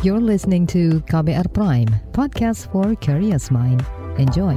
You're listening to KBR Prime, podcast for curious mind. Enjoy.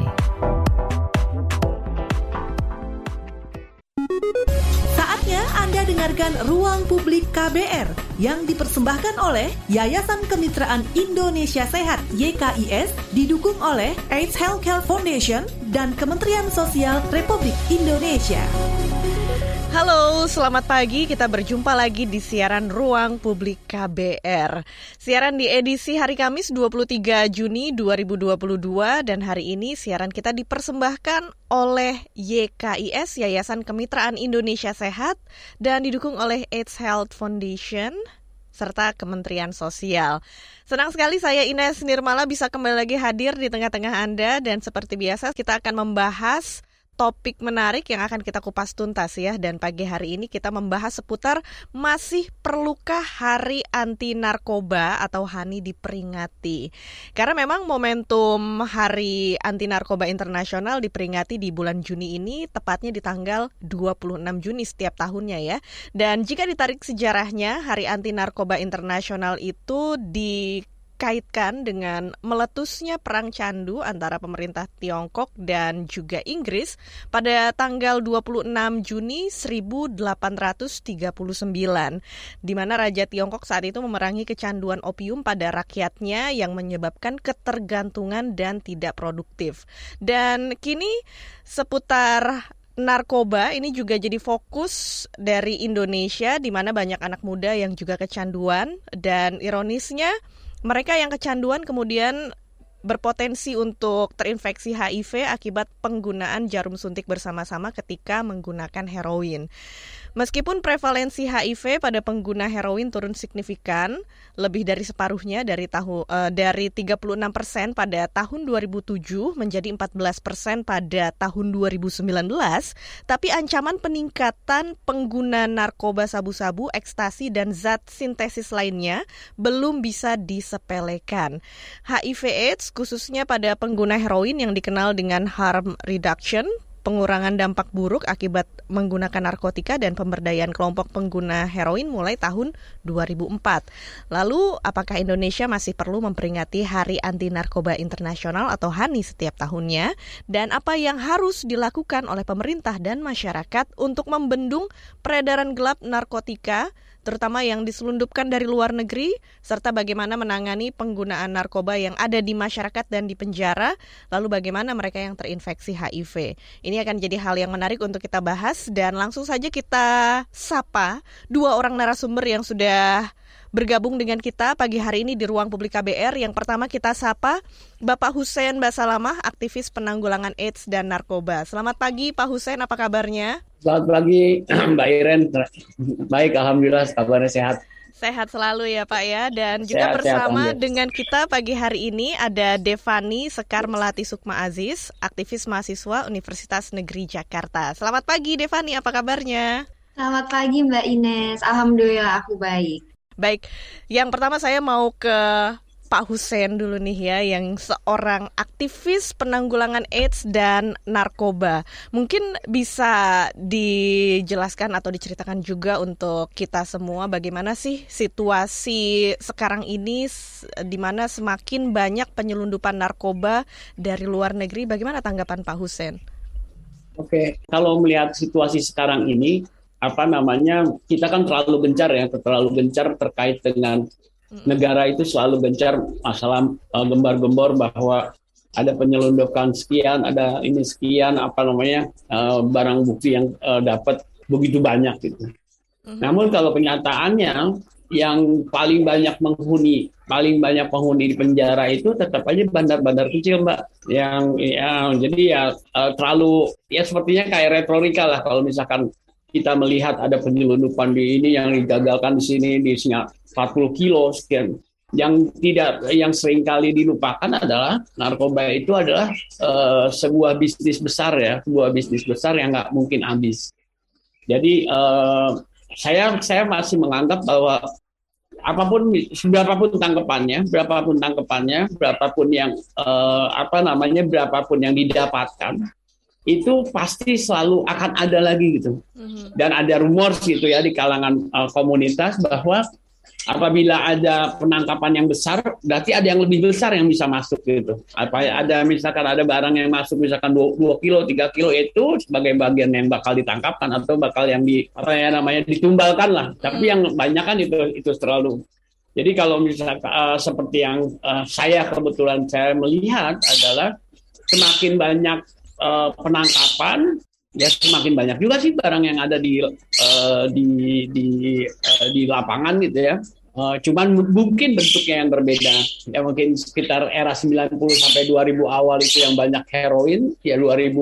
Saatnya Anda dengarkan Ruang Publik KBR yang dipersembahkan oleh Yayasan Kemitraan Indonesia Sehat YKIS, didukung oleh AIDS Healthcare Foundation dan Kementerian Sosial Republik Indonesia. Halo, selamat pagi. Kita berjumpa lagi di siaran Ruang Publik KBR. Siaran di edisi hari Kamis 23 Juni 2022 dan hari ini siaran kita dipersembahkan oleh YKIS, Yayasan Kemitraan Indonesia Sehat, dan didukung oleh AIDS Health Foundation serta Kementerian Sosial. Senang sekali saya Ines Nirmala bisa kembali lagi hadir di tengah-tengah Anda, dan seperti biasa kita akan membahas topik menarik yang akan kita kupas tuntas ya. Dan pagi hari ini kita membahas seputar masih perlukah Hari Anti Narkoba atau HANI diperingati. Karena memang momentum Hari Anti Narkoba Internasional diperingati di bulan Juni ini, tepatnya di tanggal 26 Juni setiap tahunnya ya. Dan jika ditarik sejarahnya, Hari Anti Narkoba Internasional itu dikaitkan dengan meletusnya perang candu antara pemerintah Tiongkok dan juga Inggris pada tanggal 26 Juni 1839, di mana Raja Tiongkok saat itu memerangi kecanduan opium pada rakyatnya yang menyebabkan ketergantungan dan tidak produktif. Dan kini seputar narkoba ini juga jadi fokus dari Indonesia, di mana banyak anak muda yang juga kecanduan, dan ironisnya mereka yang kecanduan kemudian berpotensi untuk terinfeksi HIV akibat penggunaan jarum suntik bersama-sama ketika menggunakan heroin. Meskipun prevalensi HIV pada pengguna heroin turun signifikan, lebih dari separuhnya dari 36% pada tahun 2007 menjadi 14% pada tahun 2019, tapi ancaman peningkatan pengguna narkoba sabu-sabu, ekstasi, dan zat sintesis lainnya belum bisa disepelekan. HIV/AIDS khususnya pada pengguna heroin yang dikenal dengan harm reduction, pengurangan dampak buruk akibat menggunakan narkotika, dan pemberdayaan kelompok pengguna heroin mulai tahun 2004. Lalu, apakah Indonesia masih perlu memperingati Hari Anti Narkoba Internasional atau HANI setiap tahunnya? Dan apa yang harus dilakukan oleh pemerintah dan masyarakat untuk membendung peredaran gelap narkotika, terutama yang diselundupkan dari luar negeri, serta bagaimana menangani penggunaan narkoba yang ada di masyarakat dan di penjara, lalu bagaimana mereka yang terinfeksi HIV. Ini akan jadi hal yang menarik untuk kita bahas, dan langsung saja kita sapa dua orang narasumber yang sudah bergabung dengan kita pagi hari ini di Ruang Publik KBR. Yang pertama kita sapa Bapak Hussein Basalamah, aktivis penanggulangan AIDS dan narkoba. Selamat pagi Pak Hussein, apa kabarnya? Selamat pagi Mbak Iren. Baik, alhamdulillah kabarnya sehat. Sehat selalu ya Pak ya. Dan juga bersama dengan kita pagi hari ini ada Devani Sekar Melati Sukma Aziz, aktivis mahasiswa Universitas Negeri Jakarta. Selamat pagi Devani, apa kabarnya? Selamat pagi Mbak Ines, alhamdulillah aku baik. Baik, yang pertama saya mau ke Pak Hussein dulu nih ya, yang seorang aktivis penanggulangan AIDS dan narkoba. Mungkin bisa dijelaskan atau diceritakan juga untuk kita semua bagaimana sih situasi sekarang ini, di mana semakin banyak penyelundupan narkoba dari luar negeri. Bagaimana tanggapan Pak Hussein? Oke, kalau melihat situasi sekarang ini, kita kan terlalu gencar terkait dengan negara itu selalu gencar masalah gembar-gembor bahwa ada penyelundupan sekian, ada ini sekian, barang bukti yang dapat begitu banyak gitu. Namun kalau kenyataannya yang paling banyak penghuni di penjara itu tetap aja bandar-bandar kecil, Mbak. Terlalu sepertinya kayak retorika lah kalau misalkan kita melihat ada penyelundupan di ini yang digagalkan di sini di 40 kilo sekian. Yang sering kali dilupakan adalah narkoba itu adalah sebuah bisnis besar yang nggak mungkin habis. Jadi saya masih menganggap bahwa berapapun tangkapannya, berapapun yang didapatkan, itu pasti selalu akan ada lagi gitu. Dan ada rumor gitu ya di kalangan komunitas bahwa apabila ada penangkapan yang besar, berarti ada yang lebih besar yang bisa masuk gitu. Apa ada misalkan ada barang yang masuk misalkan 2 kilo, 3 kilo itu sebagai bagian yang bakal ditangkapkan atau bakal yang ditumbalkan lah. Tapi yang banyak kan itu terlalu. Jadi kalau misalkan seperti yang saya melihat adalah semakin banyak penangkapan, ya semakin banyak juga sih barang yang ada di lapangan gitu ya. Cuman mungkin bentuknya yang berbeda. Ya mungkin sekitar era 90 sampai 2000 awal itu yang banyak heroin, ya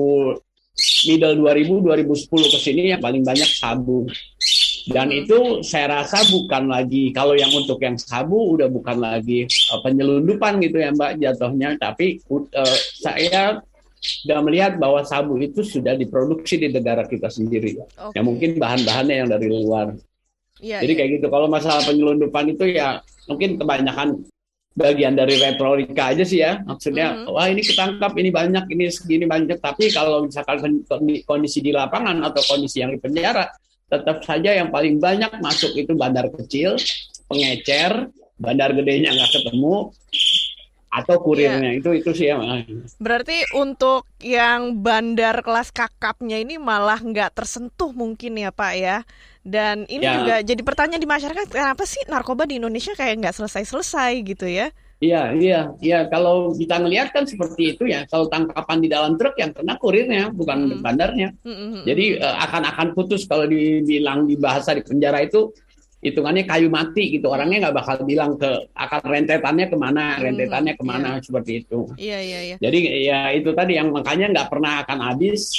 2010 ke sini yang paling banyak sabu. Dan itu saya rasa bukan lagi, kalau yang untuk yang sabu udah bukan lagi penyelundupan gitu ya Mbak jatuhnya, tapi saya sudah melihat bahwa sabu itu sudah diproduksi di negara kita sendiri. Okay. Ya mungkin bahan-bahannya yang dari luar. Jadi kayak gitu. Kalau masalah penyelundupan itu ya mungkin kebanyakan bagian dari retorika aja sih ya. Maksudnya wah ini ketangkap, ini banyak, ini segini banyak. Tapi kalau misalkan kondisi di lapangan atau kondisi yang di penjara, tetap saja yang paling banyak masuk itu bandar kecil, pengecer, bandar gedenya nggak ketemu, atau kurirnya. Itu sih ya. Berarti untuk yang bandar kelas kakapnya ini malah nggak tersentuh mungkin ya Pak ya. Dan ini juga jadi pertanyaan di masyarakat, kenapa sih narkoba di Indonesia kayak nggak selesai-selesai gitu ya? Iya. Kalau kita ngelihat kan seperti itu ya. Kalau tangkapan di dalam truk yang kena kurirnya, bukan bandarnya. Jadi akan putus kalau dibilang di bahasa di penjara itu hitungannya kayu mati gitu. Orangnya nggak bakal bilang akan rentetannya kemana, seperti itu. Iya. Jadi ya itu tadi yang makanya nggak pernah akan habis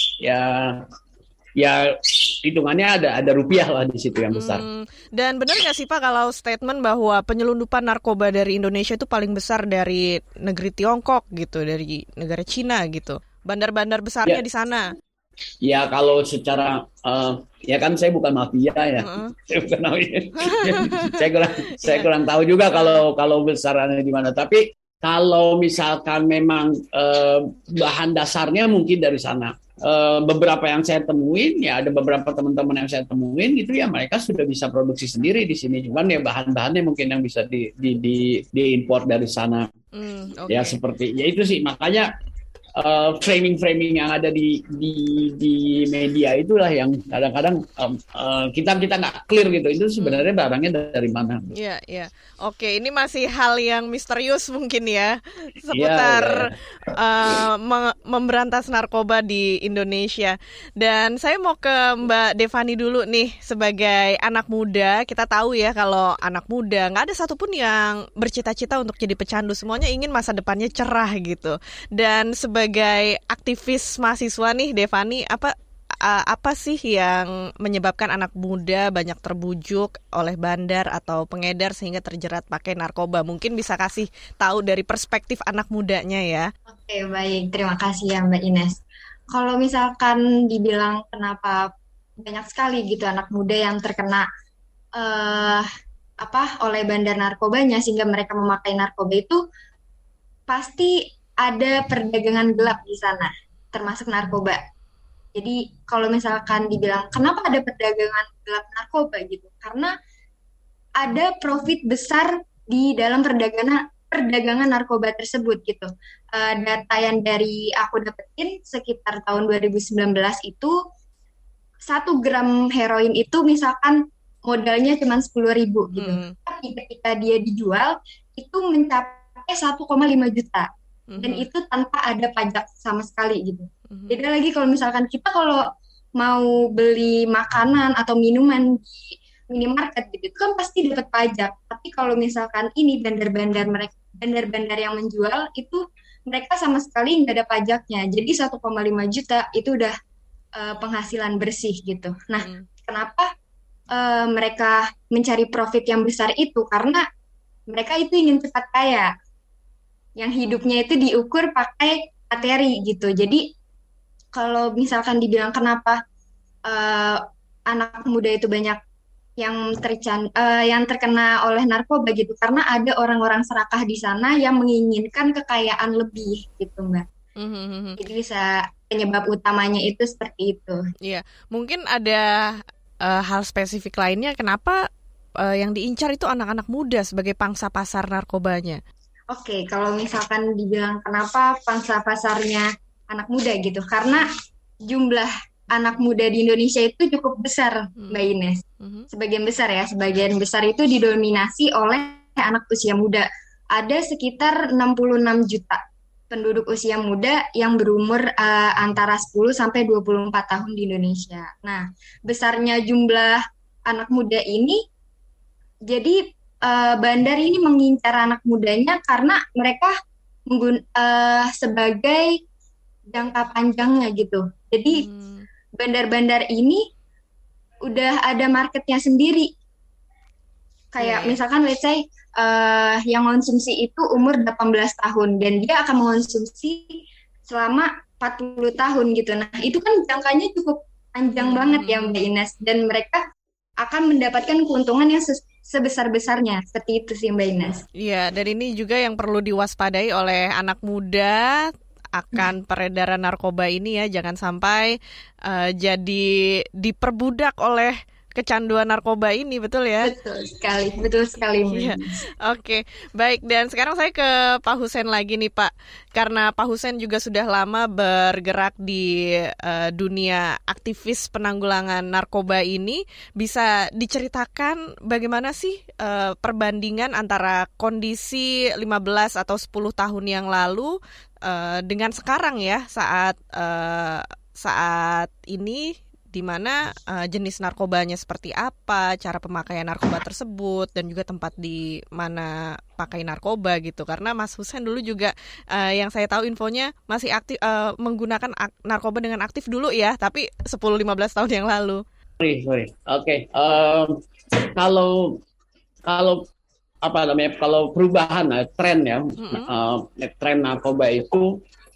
ya hitungannya ada rupiah lah di situ yang besar. Dan benar nggak sih Pak kalau statement bahwa penyelundupan narkoba dari Indonesia itu paling besar dari negeri Tiongkok gitu, dari negara Cina gitu, bandar-bandar besarnya di sana? Ya kalau secara ya kan saya bukan mafia ya, saya bukan mafia. saya kurang tahu juga kalau besarannya di mana. Tapi kalau misalkan memang bahan dasarnya mungkin dari sana. Beberapa yang saya temuin ya ada beberapa teman-teman yang saya temuin gitu ya mereka sudah bisa produksi sendiri di sini, cuman ya bahan-bahannya mungkin yang bisa diimpor dari sana. Ya seperti ya itu sih makanya framing yang ada di media itulah yang kadang-kadang kita nggak clear gitu itu sebenarnya barangnya dari mana. Iya. Oke, ini masih hal yang misterius mungkin ya seputar memberantas narkoba di Indonesia. Dan saya mau ke Mbak Devani dulu nih sebagai anak muda. Kita tahu ya kalau anak muda nggak ada satupun yang bercita-cita untuk jadi pecandu, semuanya ingin masa depannya cerah gitu. Dan sebagai aktivis mahasiswa nih Devani, apa sih yang menyebabkan anak muda banyak terbujuk oleh bandar atau pengedar sehingga terjerat pakai narkoba? Mungkin bisa kasih tahu dari perspektif anak mudanya ya. Oke, baik. Terima kasih ya Mbak Ines. Kalau misalkan dibilang kenapa banyak sekali gitu anak muda yang terkena oleh bandar narkobanya sehingga mereka memakai narkoba itu pasti ada perdagangan gelap di sana, termasuk narkoba. Jadi kalau misalkan dibilang kenapa ada perdagangan gelap narkoba gitu, karena ada profit besar di dalam perdagangan narkoba tersebut gitu. Data yang dari aku dapetin sekitar tahun 2019 itu 1 gram heroin itu misalkan modalnya cuma 10.000 gitu. Tapi ketika dia dijual itu mencapai 1,5 juta. Dan itu tanpa ada pajak sama sekali gitu. Beda lagi kalau misalkan kita kalau mau beli makanan atau minuman di minimarket gitu, itu kan pasti dapat pajak. Tapi kalau misalkan ini bandar-bandar yang menjual itu mereka sama sekali nggak ada pajaknya. Jadi 1,5 juta itu udah penghasilan bersih gitu. Nah, kenapa mereka mencari profit yang besar itu? Karena mereka itu ingin cepat kaya. Yang hidupnya itu diukur pakai materi gitu. Jadi kalau misalkan dibilang kenapa anak muda itu banyak yang terkena oleh narkoba gitu, karena ada orang-orang serakah di sana yang menginginkan kekayaan lebih gitu Mbak. Jadi bisa penyebab utamanya itu seperti itu. Iya, mungkin ada hal spesifik lainnya kenapa yang diincar itu anak-anak muda sebagai pangsa pasar narkobanya. Oke, kalau misalkan dibilang kenapa pangsa pasarnya anak muda gitu, karena jumlah anak muda di Indonesia itu cukup besar, Mbak Ines. Sebagian besar itu didominasi oleh anak usia muda. Ada sekitar 66 juta penduduk usia muda yang berumur antara 10 sampai 24 tahun di Indonesia. Nah, besarnya jumlah anak muda ini, jadi bandar ini mengincar anak mudanya karena mereka sebagai jangka panjangnya gitu. Jadi bandar-bandar ini udah ada marketnya sendiri. Kayak misalkan let's say yang konsumsi itu umur 18 tahun dan dia akan mengonsumsi selama 40 tahun gitu. Nah, itu kan jangkanya cukup panjang banget ya Mbak Ines, dan mereka akan mendapatkan keuntungan yang sebesar-besarnya. Seperti itu sih Mbak Ines. Iya, dan ini juga yang perlu diwaspadai oleh anak muda akan peredaran narkoba ini ya. Jangan sampai jadi diperbudak oleh kecanduan narkoba ini, betul ya? Betul sekali. Iya. Oke, baik. Dan sekarang saya ke Pak Hussein lagi nih Pak, karena Pak Hussein juga sudah lama bergerak di dunia aktivis penanggulangan narkoba ini. Bisa diceritakan bagaimana sih perbandingan antara kondisi 15 atau 10 tahun yang lalu dengan sekarang ya, saat ini, di mana jenis narkobanya seperti apa, cara pemakaian narkoba tersebut, dan juga tempat di mana pakai narkoba gitu. Karena Mas Hussein dulu juga yang saya tahu infonya masih aktif menggunakan narkoba dengan aktif dulu ya, tapi 10-15 tahun yang lalu. Sorry. Oke. Kalau apa namanya? Kalau perubahan tren ya, tren narkoba itu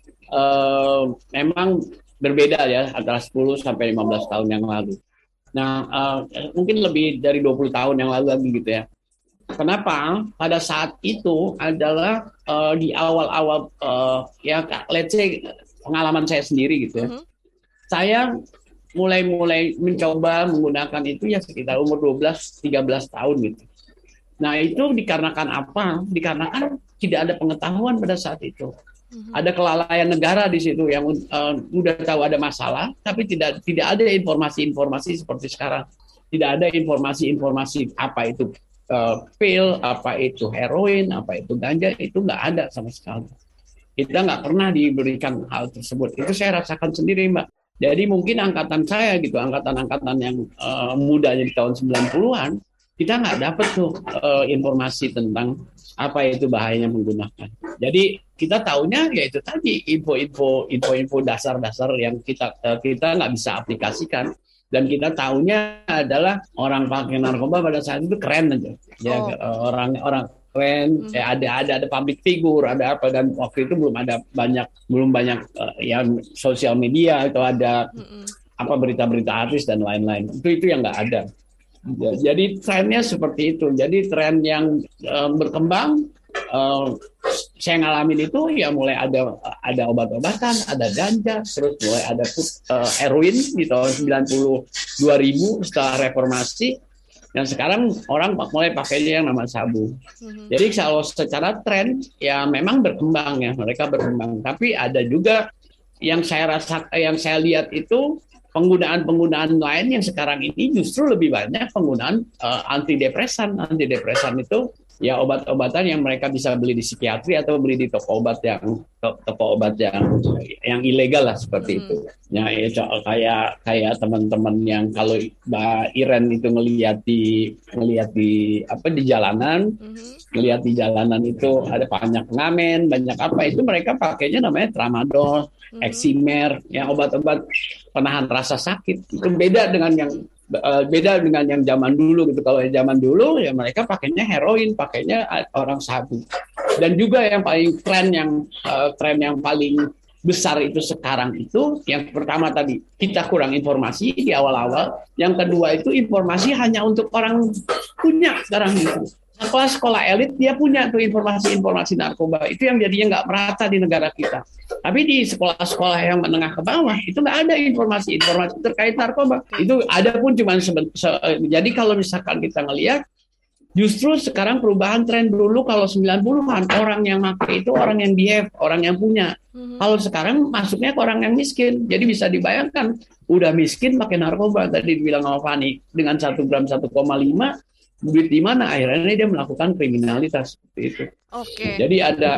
memang berbeda ya antara 10 sampai 15 tahun yang lalu. Nah, mungkin lebih dari 20 tahun yang lalu lagi gitu ya. Kenapa? Pada saat itu adalah di awal-awal ya let's say pengalaman saya sendiri gitu ya. Saya mulai mencoba menggunakan itu ya sekitar umur 12-13 tahun gitu. Nah, itu dikarenakan apa? Dikarenakan tidak ada pengetahuan pada saat itu. Ada kelalaian negara di situ yang udah tahu ada masalah, tapi tidak ada informasi-informasi seperti sekarang. Tidak ada informasi-informasi apa itu pil, apa itu heroin, apa itu ganja, itu nggak ada sama sekali. Kita nggak pernah diberikan hal tersebut. Itu saya rasakan sendiri, Mbak. Jadi mungkin angkatan saya gitu, angkatan-angkatan yang mudanya di tahun 90-an, kita nggak dapat tuh informasi tentang apa itu bahayanya menggunakan. Jadi kita taunya yaitu tadi info dasar-dasar yang kita nggak bisa aplikasikan, dan kita taunya adalah orang pakai narkoba pada saat itu keren aja. Ya, orang keren, ya ada public figure, ada apa, dan waktu itu belum banyak ya sosial media atau ada apa berita-berita artis dan lain-lain. Itu yang nggak ada. Jadi trennya seperti itu. Jadi tren yang berkembang, saya ngalamin itu ya mulai ada obat-obatan, ada ganja, terus mulai ada heroin di tahun 2000 setelah reformasi, dan sekarang orang mulai pakainya yang nama sabu. Jadi kalau secara tren ya memang berkembang ya, mereka berkembang. Tapi ada juga yang saya lihat itu penggunaan lain yang sekarang ini justru lebih banyak penggunaan antidepresan. Antidepresan itu ya obat-obatan yang mereka bisa beli di psikiatri atau beli di toko obat yang ilegal lah, seperti itu. Ya, kayak teman-teman yang kalau Mbak Iren itu ngelihat di jalanan, ngelihat di jalanan itu ada banyak pengamen, banyak apa, itu mereka pakainya namanya tramadol, eksimer, ya obat-obat penahan rasa sakit. Itu beda dengan yang zaman dulu gitu. Kalau zaman dulu ya mereka pakainya heroin, pakainya orang sabu. Dan juga yang paling tren yang paling besar itu sekarang itu, yang pertama tadi kita kurang informasi di awal-awal, yang kedua itu informasi hanya untuk orang punya sekarang itu. Sekolah elit dia punya tuh informasi narkoba, itu yang jadinya nggak merata di negara kita. Tapi di sekolah-sekolah yang menengah ke bawah itu nggak ada informasi terkait narkoba. Itu ada pun cuma jadi kalau misalkan kita ngelihat Justru sekarang perubahan tren, dulu kalau 90-an orang yang pakai itu orang yang behave, orang yang punya. Kalau sekarang masuknya ke orang yang miskin. Jadi bisa dibayangkan, udah miskin pakai narkoba, tadi dibilang sama Fani, dengan 1 gram 1,5, duit di mana, akhirnya dia melakukan kriminalitas seperti itu. Oke. Jadi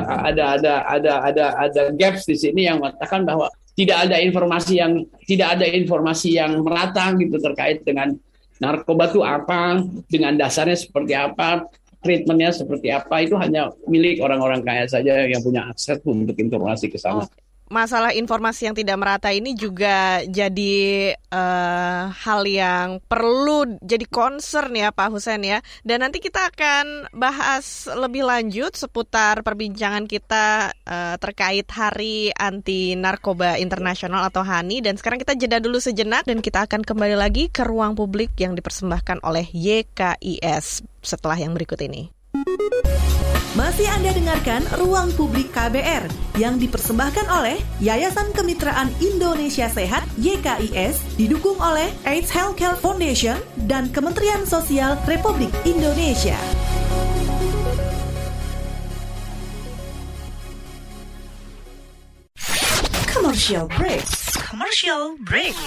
ada gaps di sini yang mengatakan bahwa tidak ada informasi yang merata gitu terkait dengan narkoba itu apa, dengan dasarnya seperti apa, treatmentnya seperti apa, itu hanya milik orang-orang kaya saja yang punya akses untuk informasi ke sana. Masalah informasi yang tidak merata ini juga jadi hal yang perlu jadi concern ya Pak Hussein ya. Dan nanti kita akan bahas lebih lanjut seputar perbincangan kita terkait Hari Anti Narkoba Internasional atau HANI. Dan sekarang kita jeda dulu sejenak dan kita akan kembali lagi ke ruang publik yang dipersembahkan oleh YKIS setelah yang berikut ini. Masih Anda dengarkan Ruang Publik KBR yang dipersembahkan oleh Yayasan Kemitraan Indonesia Sehat YKIS, didukung oleh AIDS Healthcare Foundation dan Kementerian Sosial Republik Indonesia. Commercial break. Commercial break.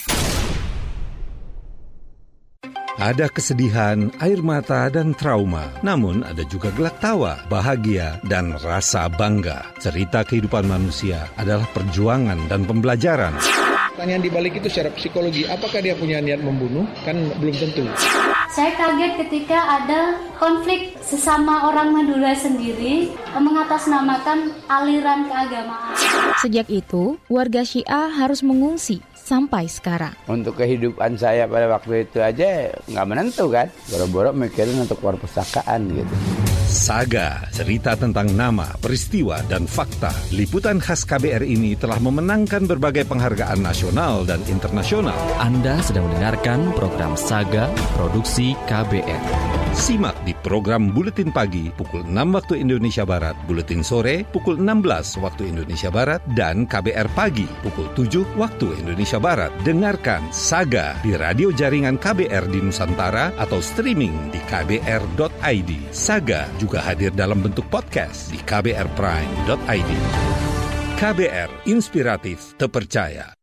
Ada kesedihan, air mata, dan trauma. Namun ada juga gelak tawa, bahagia, dan rasa bangga. Cerita kehidupan manusia adalah perjuangan dan pembelajaran. Pertanyaan dibalik itu secara psikologi, apakah dia punya niat membunuh? Kan belum tentu. Saya kaget ketika ada konflik sesama orang Madura sendiri mengatasnamakan aliran keagamaan. Sejak itu, warga Syiah harus mengungsi sampai sekarang. Untuk kehidupan saya pada waktu itu aja nggak menentu kan. Boro-boro mikirin untuk perpustakaan gitu. Saga, cerita tentang nama, peristiwa, dan fakta. Liputan khas KBR ini telah memenangkan berbagai penghargaan nasional dan internasional. Anda sedang mendengarkan program Saga Produksi KBR. Simak di program Buletin Pagi pukul 6 waktu Indonesia Barat, Buletin Sore pukul 16 waktu Indonesia Barat, dan KBR Pagi pukul 7 waktu Indonesia Barat. Dengarkan Saga di radio jaringan KBR di Nusantara atau streaming di kbr.id. Saga juga hadir dalam bentuk podcast di kbrprime.id. KBR, inspiratif, terpercaya.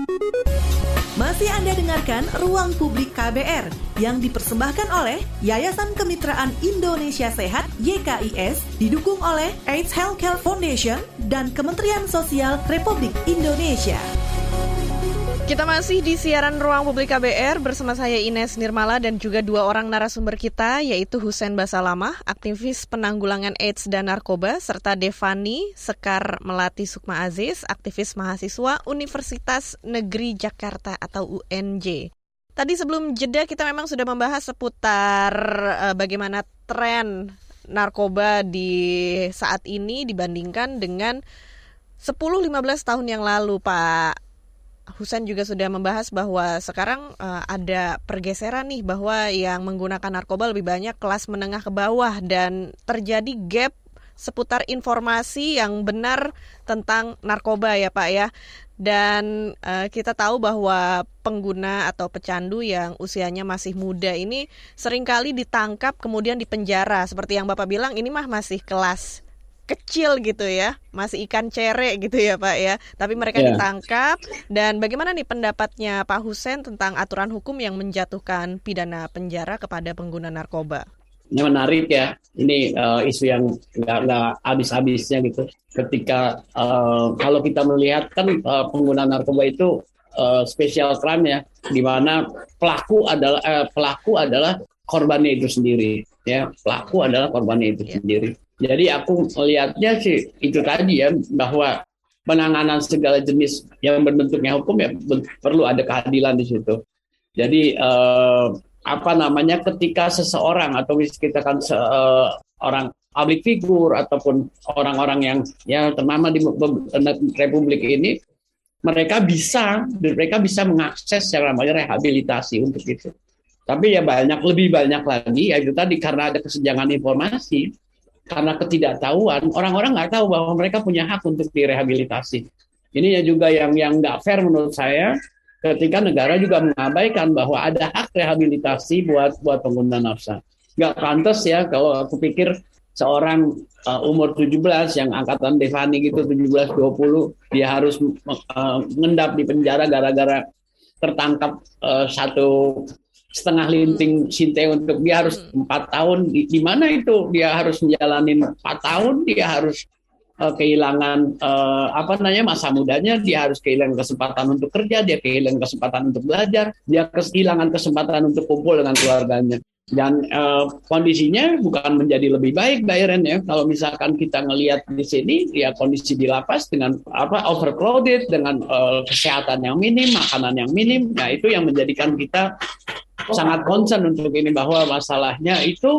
Masih Anda dengarkan Ruang Publik KBR yang dipersembahkan oleh Yayasan Kemitraan Indonesia Sehat YKIS, didukung oleh AIDS Healthcare Foundation dan Kementerian Sosial Republik Indonesia. Kita masih di siaran Ruang Publik KBR bersama saya Ines Nirmala dan juga dua orang narasumber kita, yaitu Hussein Basalamah, aktivis penanggulangan AIDS dan narkoba, serta Devani Sekar Melati Sukma Aziz, aktivis mahasiswa Universitas Negeri Jakarta atau UNJ. Tadi sebelum jeda kita memang sudah membahas seputar bagaimana tren narkoba di saat ini dibandingkan dengan 10-15 tahun yang lalu, Pak Hussein juga sudah membahas bahwa sekarang ada pergeseran nih, bahwa yang menggunakan narkoba lebih banyak kelas menengah ke bawah dan terjadi gap seputar informasi yang benar tentang narkoba ya Pak ya. Dan kita tahu bahwa pengguna atau pecandu yang usianya masih muda ini seringkali ditangkap kemudian dipenjara. Seperti yang Bapak bilang, ini mah masih kelas kecil gitu ya, masih ikan cere gitu ya Pak ya. Tapi mereka ditangkap. Dan bagaimana nih pendapatnya Pak Hussein tentang aturan hukum yang menjatuhkan pidana penjara kepada pengguna narkoba? Ini menarik ya. Ini isu yang nggak habis-habisnya gitu. Ketika kalau kita melihat kan pengguna narkoba itu special crime ya, di mana pelaku adalah korbannya itu sendiri. Ya, pelaku adalah korbannya itu sendiri. Jadi aku melihatnya sih itu tadi ya, bahwa penanganan segala jenis yang berbentuknya hukum ya perlu ada keadilan di situ. Jadi ketika seseorang atau kita kan orang public figure ataupun orang-orang yang ternama di Republik ini, mereka bisa mengakses secara rehabilitasi untuk itu. Tapi ya lebih banyak lagi ya itu tadi, karena ada kesenjangan informasi. Karena ketidaktahuan, orang-orang nggak tahu bahwa mereka punya hak untuk direhabilitasi. Ini ya juga yang nggak fair menurut saya, ketika negara juga mengabaikan bahwa ada hak rehabilitasi buat pengguna narkoba. nggak pantas ya kalau aku pikir seorang umur 17 yang angkatan Devani gitu 17-20 dia harus ngendap di penjara gara-gara tertangkap 1,5 linting sinte untuk dia harus 4 tahun. Di mana itu dia harus menjalani 4 tahun, dia harus kehilangan masa mudanya, dia harus kehilangan kesempatan untuk kerja, dia kehilangan kesempatan untuk belajar, dia kehilangan kesempatan untuk kumpul dengan keluarganya. Dan kondisinya bukan menjadi lebih baik, Mbak Iren ya. Kalau misalkan kita ngelihat di sini, ya kondisi di lapas dengan overcrowded, dengan kesehatan yang minim, makanan yang minim. Nah itu yang menjadikan kita sangat concern untuk ini, bahwa masalahnya itu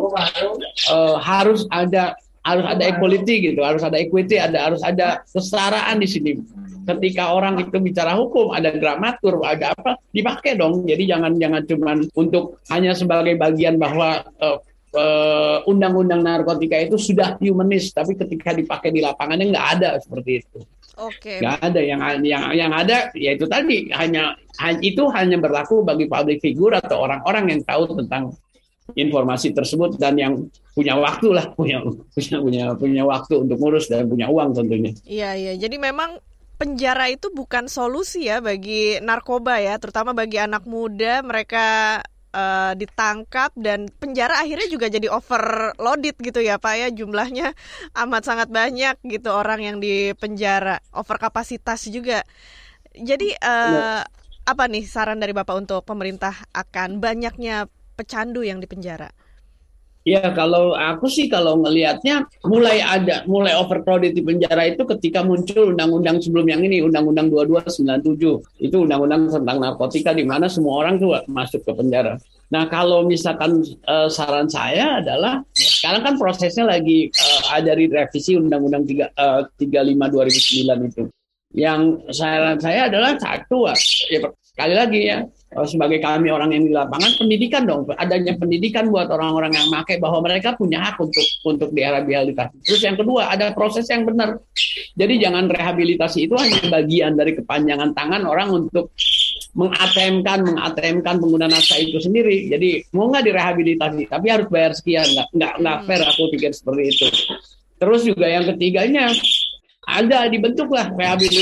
harus ada equality gitu, harus ada equity, harus ada kesetaraan di sini. Ketika orang itu bicara hukum, ada dramatur, ada apa, dipakai dong. Jadi jangan cuman untuk hanya sebagai bagian bahwa undang-undang narkotika itu sudah humanis, tapi ketika dipakai di lapangannya nggak ada seperti itu. Oke. Nggak ada yang ada, ya itu tadi hanya berlaku bagi public figure atau orang-orang yang tahu tentang informasi tersebut dan yang punya waktu lah, punya waktu untuk ngurus dan punya uang tentunya. Iya. Jadi memang penjara itu bukan solusi ya bagi narkoba ya, terutama bagi anak muda. Mereka ditangkap dan penjara akhirnya juga jadi overloaded gitu ya Pak ya, jumlahnya amat sangat banyak gitu orang yang di penjara, overkapasitas juga. Jadi apa nih saran dari Bapak untuk pemerintah akan banyaknya pecandu yang di penjara? Ya kalau aku sih kalau ngelihatnya mulai overcrowded di penjara itu ketika muncul undang-undang sebelum yang ini, Undang-Undang 2297. Itu undang-undang tentang narkotika di mana semua orang tuh masuk ke penjara. Nah kalau misalkan saran saya adalah sekarang kan prosesnya lagi ada revisi Undang-Undang 35 2009 itu. Yang saran saya adalah satu, ya, sekali lagi ya, sebagai kami orang yang di lapangan, pendidikan dong, adanya pendidikan buat orang-orang yang pakai bahwa mereka punya hak untuk direhabilitasi. Terus yang kedua, ada proses yang benar. Jadi jangan rehabilitasi itu hanya bagian dari kepanjangan tangan orang untuk meng-ATM-kan pengguna naskah itu sendiri. Jadi mau nggak direhabilitasi, tapi harus bayar sekian, nggak fair, aku pikir seperti itu. Terus juga yang ketiganya, ada dibentuklah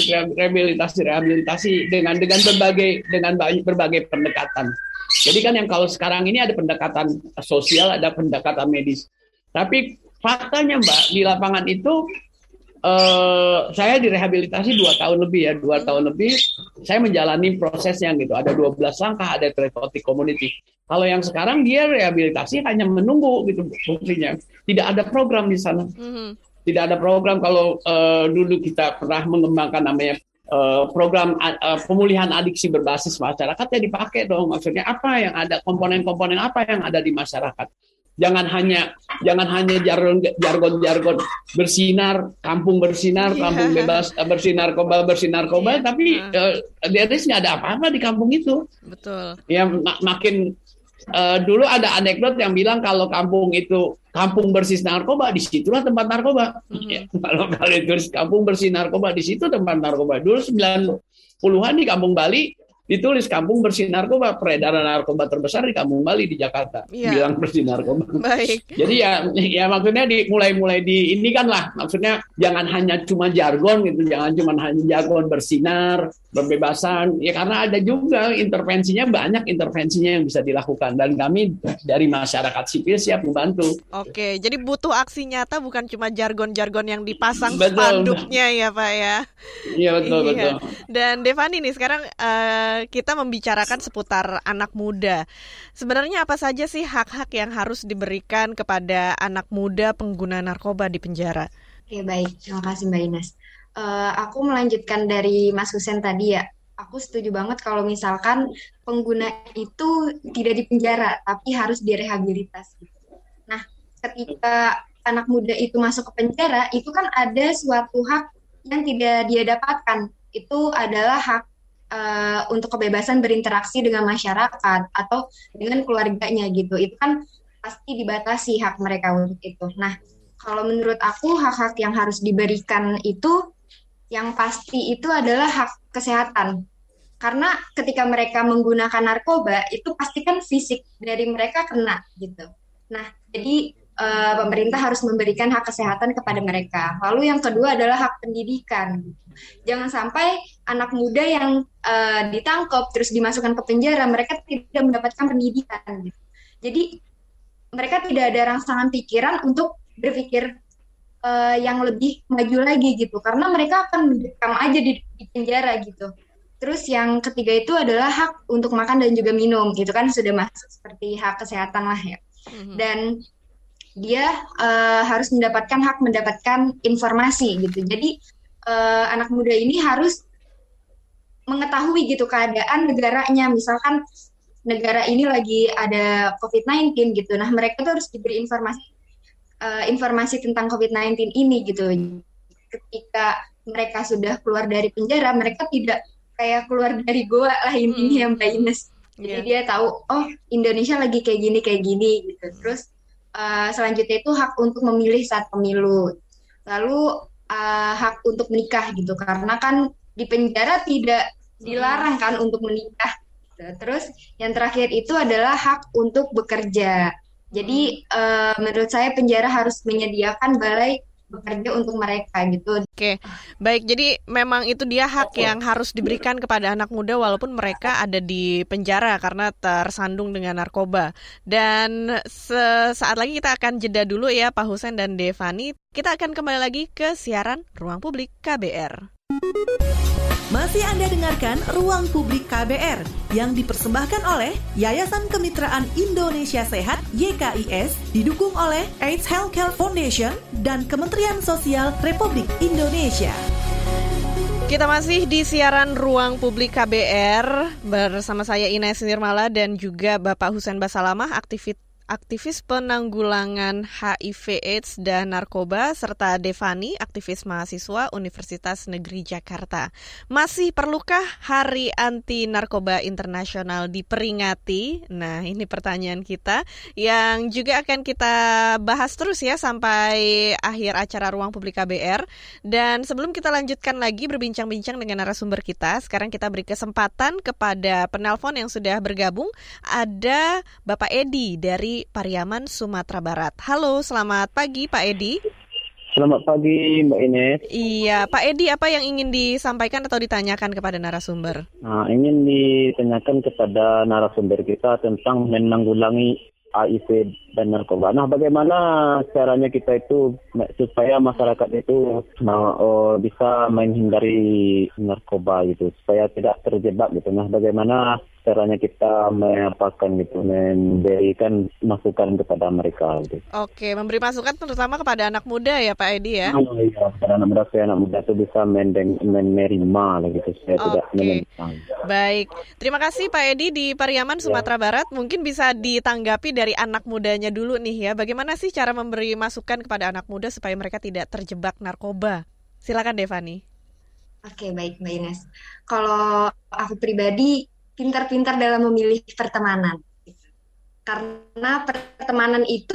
rehabilitasi dengan berbagai pendekatan. Jadi kan yang kalau sekarang ini ada pendekatan sosial, ada pendekatan medis. Tapi faktanya Mbak, di lapangan itu saya direhabilitasi 2 tahun lebih saya menjalani prosesnya gitu. Ada 12 langkah, ada therapeutic community. Kalau yang sekarang dia rehabilitasi hanya menunggu gitu fungsinya. Tidak ada program di sana. Tidak ada program. Kalau dulu kita pernah mengembangkan namanya program pemulihan adiksi berbasis masyarakat, ya dipakai dong. Maksudnya apa yang ada, komponen-komponen apa yang ada di masyarakat. Jangan hanya jargon bersinar, kampung bersinar, kampung bebas bersih narkoba, tapi there's nggak ada apa-apa di kampung itu. Betul. Ya makin dulu ada anekdot yang bilang kalau kampung itu kampung bersih narkoba, disitulah tempat narkoba. Ya, kalau itu kampung bersih narkoba, di situ tempat narkoba. Dulu 90-an di Kampung Bali ditulis kampung bersih narkoba, peredaran narkoba terbesar di Kampung Bali di Jakarta. Bilang bersih narkoba. Baik. Jadi ya maksudnya mulai di ini kan lah, maksudnya jangan hanya cuma jargon gitu, jangan cuma hanya jargon bersinar, berbebasan. Ya karena ada juga banyak intervensinya yang bisa dilakukan, dan kami dari masyarakat sipil siap membantu. Oke, jadi butuh aksi nyata, bukan cuma jargon-jargon yang dipasang spanduknya ya Pak ya. Iya betul. Dan Devani nih sekarang kita membicarakan seputar anak muda. Sebenarnya apa saja sih hak-hak yang harus diberikan kepada anak muda pengguna narkoba di penjara? Oke, baik. Terima kasih Mbak Ines. Aku melanjutkan dari Mas Husen tadi ya. Aku setuju banget kalau misalkan pengguna itu tidak di penjara, tapi harus direhabilitasi. Nah, ketika anak muda itu masuk ke penjara, itu kan ada suatu hak yang tidak dia dapatkan. Itu adalah hak untuk kebebasan berinteraksi dengan masyarakat atau dengan keluarganya gitu. Itu kan pasti dibatasi hak mereka untuk itu. Nah, kalau menurut aku hak-hak yang harus diberikan itu yang pasti itu adalah hak kesehatan. Karena ketika mereka menggunakan narkoba itu pasti kan fisik dari mereka kena gitu. Nah, jadi pemerintah harus memberikan hak kesehatan kepada mereka. Lalu yang kedua adalah hak pendidikan. Jangan sampai anak muda yang ditangkap terus dimasukkan ke penjara, mereka tidak mendapatkan pendidikan. Gitu. Jadi mereka tidak ada rangsangan pikiran untuk berpikir yang lebih maju lagi gitu, karena mereka akan mendekam aja di penjara gitu. Terus yang ketiga itu adalah hak untuk makan dan juga minum, gitu kan sudah masuk seperti hak kesehatan lah ya. Dan dia harus mendapatkan informasi gitu. Jadi anak muda ini harus mengetahui gitu keadaan negaranya, misalkan negara ini lagi ada COVID-19 gitu. Nah, mereka tuh harus diberi informasi tentang COVID-19 ini gitu. Ketika mereka sudah keluar dari penjara, mereka tidak kayak keluar dari goa lah intinya Mbak Ines. Jadi dia tahu, oh Indonesia lagi kayak gini gitu. Terus selanjutnya itu hak untuk memilih saat pemilu. Lalu hak untuk menikah gitu, karena kan di penjara tidak dilarang kan untuk menikah. Terus yang terakhir itu adalah hak untuk bekerja. Jadi menurut saya penjara harus menyediakan balai bekerja untuk mereka gitu. Oke, baik. Jadi memang itu dia hak yang harus diberikan kepada anak muda walaupun mereka ada di penjara karena tersandung dengan narkoba. Dan sesaat lagi kita akan jeda dulu ya Pak Husein dan Devani. Kita akan kembali lagi ke siaran Ruang Publik KBR. Masih Anda dengarkan Ruang Publik KBR yang dipersembahkan oleh Yayasan Kemitraan Indonesia Sehat YKIS, didukung oleh AIDS Healthcare Foundation dan Kementerian Sosial Republik Indonesia. Kita masih di siaran Ruang Publik KBR bersama saya Ines Nirmala dan juga Bapak Husein Basalamah, aktivis penanggulangan HIV/AIDS dan narkoba, serta Devani, aktivis mahasiswa Universitas Negeri Jakarta. Masih perlukah Hari Anti Narkoba Internasional diperingati? Nah, ini pertanyaan kita yang juga akan kita bahas terus ya sampai akhir acara Ruang Publik KBR. Dan sebelum kita lanjutkan lagi berbincang-bincang dengan narasumber kita, sekarang kita beri kesempatan kepada penelpon yang sudah bergabung. Ada Bapak Edi dari Pariaman, Sumatera Barat. Halo, selamat pagi Pak Edi. Selamat pagi Mbak Ines. Iya, Pak Edi, apa yang ingin disampaikan atau ditanyakan kepada narasumber? Ingin ditanyakan kepada narasumber kita tentang menanggulangi HIV dan narkoba. Nah, bagaimana caranya kita itu supaya masyarakat itu bisa menghindari narkoba gitu, supaya tidak terjebak gitu. Nah, bagaimana caranya kita memberikan masukan kepada mereka gitu. Oke, memberi masukan terutama kepada anak muda ya Pak Edi ya? Iya, kepada anak muda supaya anak muda itu bisa menerima gitu, supaya tidak menentang. Baik, terima kasih Pak Edi di Pariaman, Sumatera Barat. Mungkin bisa ditanggapi dari anak mudanya dulu nih ya. Bagaimana sih cara memberi masukan kepada anak muda supaya mereka tidak terjebak narkoba? Silakan Devani. Oke, baik Mbak Ines. Kalau aku pribadi pintar-pintar dalam memilih pertemanan. Karena pertemanan itu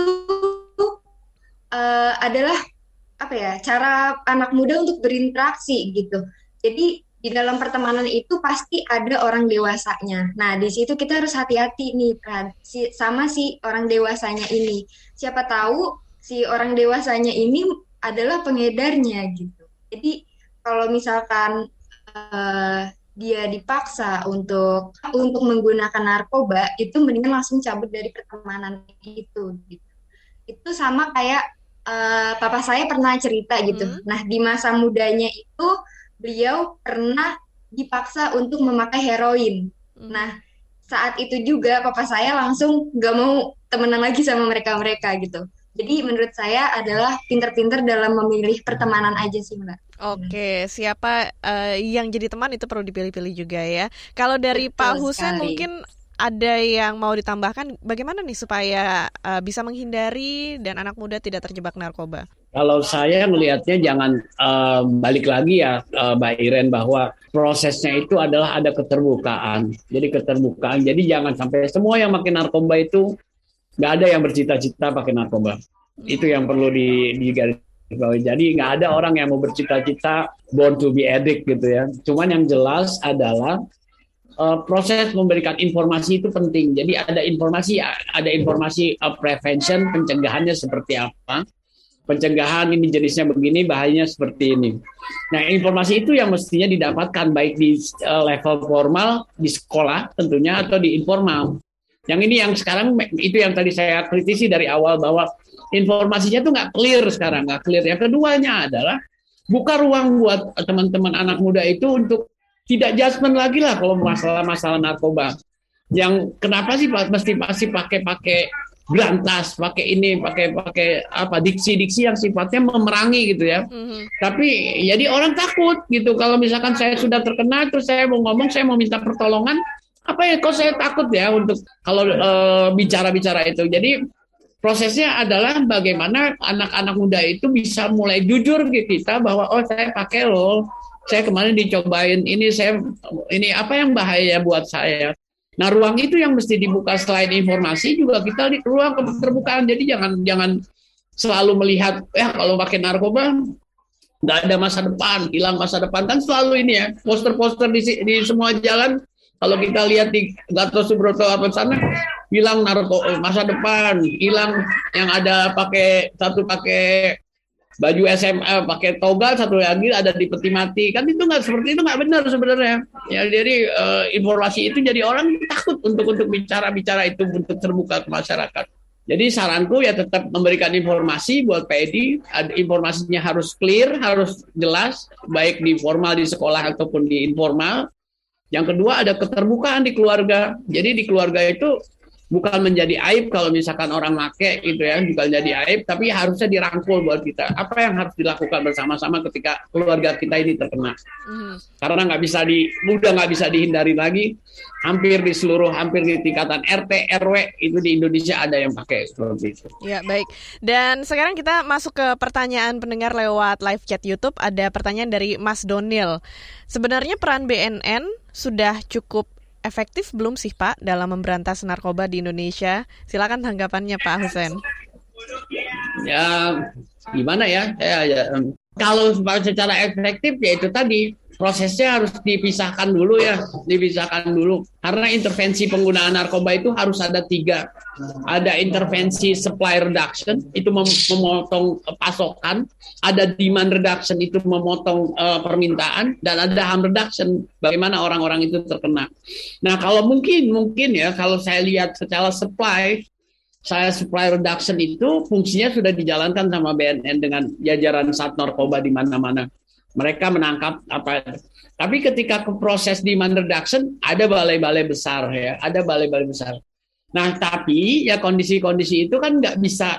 adalah cara anak muda untuk berinteraksi gitu. Jadi di dalam pertemanan itu pasti ada orang dewasanya. Nah, di situ kita harus hati-hati nih sama si orang dewasanya ini. Siapa tahu si orang dewasanya ini adalah pengedarnya gitu. Jadi kalau misalkan dia dipaksa untuk menggunakan narkoba, itu mendingan langsung cabut dari pertemanan itu gitu. Itu sama kayak papa saya pernah cerita gitu. Nah, di masa mudanya itu beliau pernah dipaksa untuk memakai heroin. Nah, saat itu juga papa saya langsung gak mau temenan lagi sama mereka gitu. Jadi menurut saya adalah pinter-pinter dalam memilih pertemanan aja sih Mbak. Oke, siapa yang jadi teman itu perlu dipilih-pilih juga ya. Kalau dari Betul Pak Husein mungkin ada yang mau ditambahkan, bagaimana nih supaya bisa menghindari dan anak muda tidak terjebak narkoba? Kalau saya melihatnya jangan balik lagi ya Mbak Iren, bahwa prosesnya itu adalah ada keterbukaan. Jadi jangan sampai semua yang makin narkoba itu nggak ada yang bercita-cita pakai narkoba. Itu yang perlu digarisbawahi. Jadi nggak ada orang yang mau bercita-cita born to be addict gitu ya. Cuman yang jelas adalah proses memberikan informasi itu penting. Jadi ada informasi prevention, pencegahannya seperti apa. Pencegahan ini jenisnya begini, bahayanya seperti ini. Nah, informasi itu yang mestinya didapatkan baik di level formal di sekolah tentunya atau di informal. Yang ini yang sekarang itu yang tadi saya kritisi dari awal bahwa informasinya tuh nggak clear sekarang, nggak clear. Yang keduanya adalah buka ruang buat teman-teman anak muda itu untuk tidak judgement lagi lah kalau masalah narkoba. Yang kenapa sih masih pakai berantas, pakai diksi-diksi yang sifatnya memerangi gitu ya. Tapi jadi orang takut gitu. Kalau misalkan saya sudah terkena terus saya mau ngomong, saya mau minta pertolongan, apa ya kok saya takut ya untuk kalau bicara-bicara itu. Jadi prosesnya adalah bagaimana anak-anak muda itu bisa mulai jujur ke kita bahwa saya pakai loh, saya kemarin dicobain ini apa yang bahaya buat saya. Nah, ruang itu yang mesti dibuka. Selain informasi juga kita di ruang keterbukaan. Jadi jangan selalu melihat kalau pakai narkoba nggak ada masa depan, hilang masa depan, kan selalu ini ya poster-poster di semua jalan. Kalau kita lihat di Gatot Subroto apa sana, hilang masa depan, hilang yang ada pakai baju SMA, pakai toga, satu lagi ada di peti mati. Kan itu seperti itu nggak benar sebenarnya. Ya, jadi informasi itu jadi orang takut untuk bicara itu, untuk terbuka ke masyarakat. Jadi saranku ya tetap memberikan informasi buat PED. Informasinya harus clear, harus jelas, baik di formal di sekolah ataupun di informal. Yang kedua ada keterbukaan di keluarga. Jadi di keluarga itu bukan menjadi aib kalau misalkan orang make gitu ya, bukan jadi aib, tapi harusnya dirangkul buat kita. Apa yang harus dilakukan bersama-sama ketika keluarga kita ini terkena? Karena nggak bisa dihindari lagi. Hampir di tingkatan RT, RW itu di Indonesia ada yang pakai seperti itu. Ya, baik. Dan sekarang kita masuk ke pertanyaan pendengar lewat live chat YouTube. Ada pertanyaan dari Mas Donil. Sebenarnya peran BNN sudah cukup efektif belum sih Pak dalam memberantas narkoba di Indonesia? Silakan tanggapannya Pak Husein. Ya, gimana ya? Kalau secara efektif ya itu tadi prosesnya harus dipisahkan dulu. Karena intervensi penggunaan narkoba itu harus ada 3. Ada intervensi supply reduction, itu memotong pasokan. Ada demand reduction, itu memotong permintaan. Dan ada harm reduction, bagaimana orang-orang itu terkena. Nah, kalau mungkin ya, kalau saya lihat secara supply reduction itu fungsinya sudah dijalankan sama BNN dengan jajaran Sat Narkoba di mana-mana. Mereka menangkap apa. Tapi ketika ke proses demand reduction ada balai-balai besar ya, ada balai-balai besar. Nah, tapi ya kondisi-kondisi itu kan nggak bisa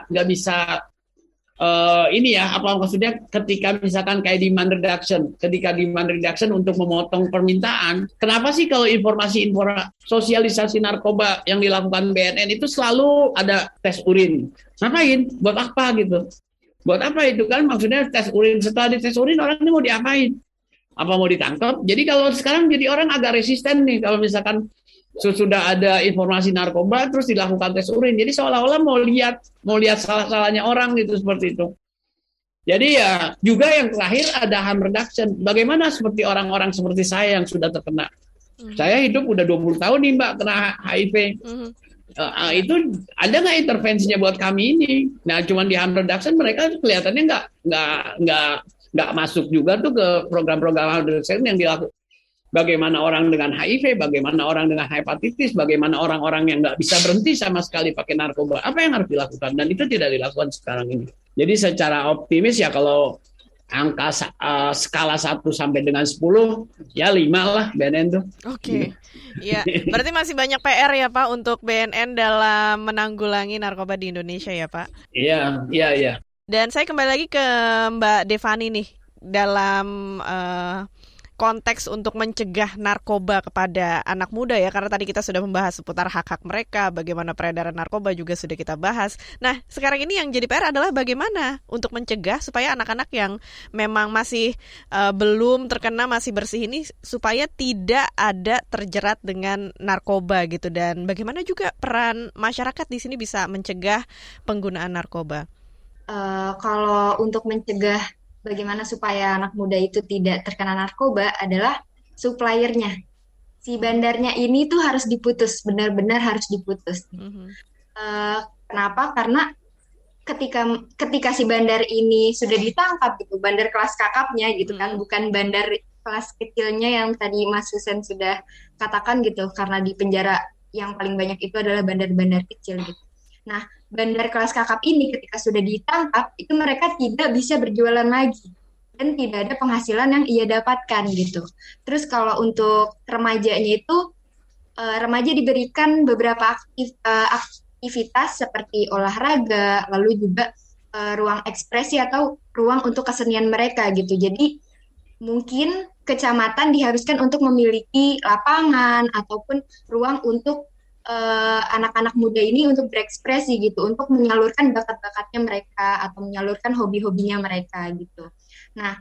apa maksudnya ketika misalkan kayak demand reduction untuk memotong permintaan. Kenapa sih kalau informasi sosialisasi narkoba yang dilakukan BNN itu selalu ada tes urin? Ngapain? Buat apa gitu? Buat apa itu kan maksudnya tes urin, setelah dites urin orang ini mau diapain? Apa mau ditangkap? Jadi kalau sekarang jadi orang agak resisten nih kalau misalkan sudah ada informasi narkoba terus dilakukan tes urin. Jadi seolah-olah mau lihat salah-salahnya orang gitu seperti itu. Jadi ya juga yang terakhir ada harm reduction. Bagaimana seperti orang-orang seperti saya yang sudah terkena. Saya hidup udah 20 tahun nih Mbak kena HIV. Itu ada nggak intervensinya buat kami ini? Nah, cuman di harm reduction mereka kelihatannya nggak masuk juga tuh ke program-program harm reduction yang dilakukan. Bagaimana orang dengan HIV, bagaimana orang dengan hepatitis, bagaimana orang-orang yang nggak bisa berhenti sama sekali pakai narkoba. Apa yang harus dilakukan? Dan itu tidak dilakukan sekarang ini. Jadi secara optimis ya kalau angka skala 1 sampai dengan 10, ya 5 lah BNN tuh. Oke. Ya, berarti masih banyak PR ya Pak untuk BNN dalam menanggulangi narkoba di Indonesia ya Pak? Iya. Dan saya kembali lagi ke Mbak Devani nih, dalam konteks untuk mencegah narkoba kepada anak muda ya, karena tadi kita sudah membahas seputar hak-hak mereka, bagaimana peredaran narkoba juga sudah kita bahas. Nah, sekarang ini yang jadi PR adalah bagaimana untuk mencegah supaya anak-anak yang memang masih belum terkena, masih bersih ini, supaya tidak ada terjerat dengan narkoba gitu, dan bagaimana juga peran masyarakat di sini bisa mencegah penggunaan narkoba. Kalau untuk mencegah bagaimana supaya anak muda itu tidak terkena narkoba adalah suppliernya. si bandarnya ini tuh harus diputus, benar-benar harus diputus. Kenapa? Karena ketika si bandar ini sudah ditangkap gitu, bandar kelas kakapnya gitu kan, bukan bandar kelas kecilnya yang tadi Mas Husen sudah katakan gitu, karena di penjara yang paling banyak itu adalah bandar-bandar kecil gitu. Nah, bandar kelas kakap ini ketika sudah ditangkap, itu mereka tidak bisa berjualan lagi dan tidak ada penghasilan yang ia dapatkan gitu. Terus kalau untuk remajanya itu, remaja diberikan beberapa aktivitas seperti olahraga, lalu juga ruang ekspresi atau ruang untuk kesenian mereka gitu. Jadi mungkin kecamatan diharuskan untuk memiliki lapangan ataupun ruang untuk anak-anak muda ini untuk berekspresi gitu, untuk menyalurkan bakat-bakatnya mereka atau menyalurkan hobi-hobinya mereka gitu. Nah,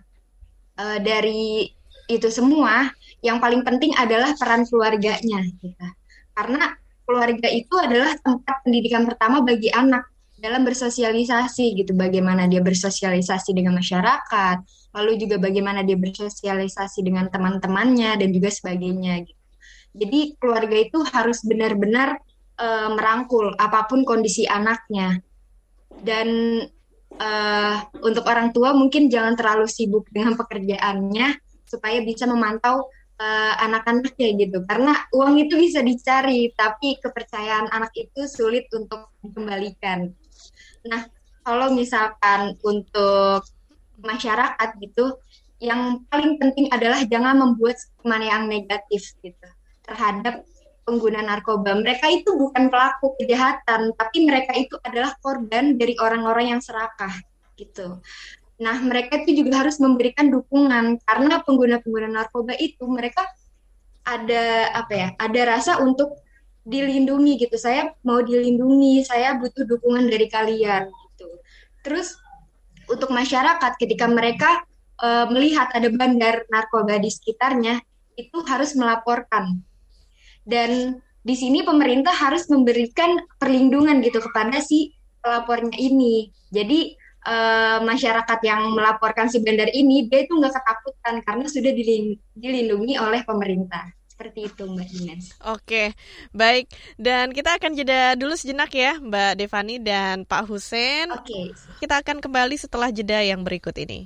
dari itu semua, yang paling penting adalah peran keluarganya gitu. Karena keluarga itu adalah tempat pendidikan pertama bagi anak dalam bersosialisasi gitu, bagaimana dia bersosialisasi dengan masyarakat, lalu juga bagaimana dia bersosialisasi dengan teman-temannya dan juga sebagainya gitu. Jadi keluarga itu harus benar-benar merangkul apapun kondisi anaknya. Dan untuk orang tua mungkin jangan terlalu sibuk dengan pekerjaannya supaya bisa memantau anak-anaknya gitu. Karena uang itu bisa dicari, tapi kepercayaan anak itu sulit untuk dikembalikan. Nah, kalau misalkan untuk masyarakat gitu, yang paling penting adalah jangan membuat stigma yang negatif gitu terhadap pengguna narkoba. Mereka itu bukan pelaku kejahatan, tapi mereka itu adalah korban dari orang-orang yang serakah gitu. Nah, mereka itu juga harus memberikan dukungan karena pengguna-pengguna narkoba itu mereka ada ada rasa untuk dilindungi gitu. Saya mau dilindungi, saya butuh dukungan dari kalian gitu. Terus untuk masyarakat ketika mereka melihat ada bandar narkoba di sekitarnya, itu harus melaporkan. Dan di sini pemerintah harus memberikan perlindungan gitu kepada si pelapornya ini. Jadi masyarakat yang melaporkan si bandar ini, dia itu nggak ketakutan karena sudah dilindungi oleh pemerintah. Seperti itu Mbak Ines. Oke, baik. Dan kita akan jeda dulu sejenak ya Mbak Devani dan Pak Husen. Oke. Kita akan kembali setelah jeda yang berikut ini.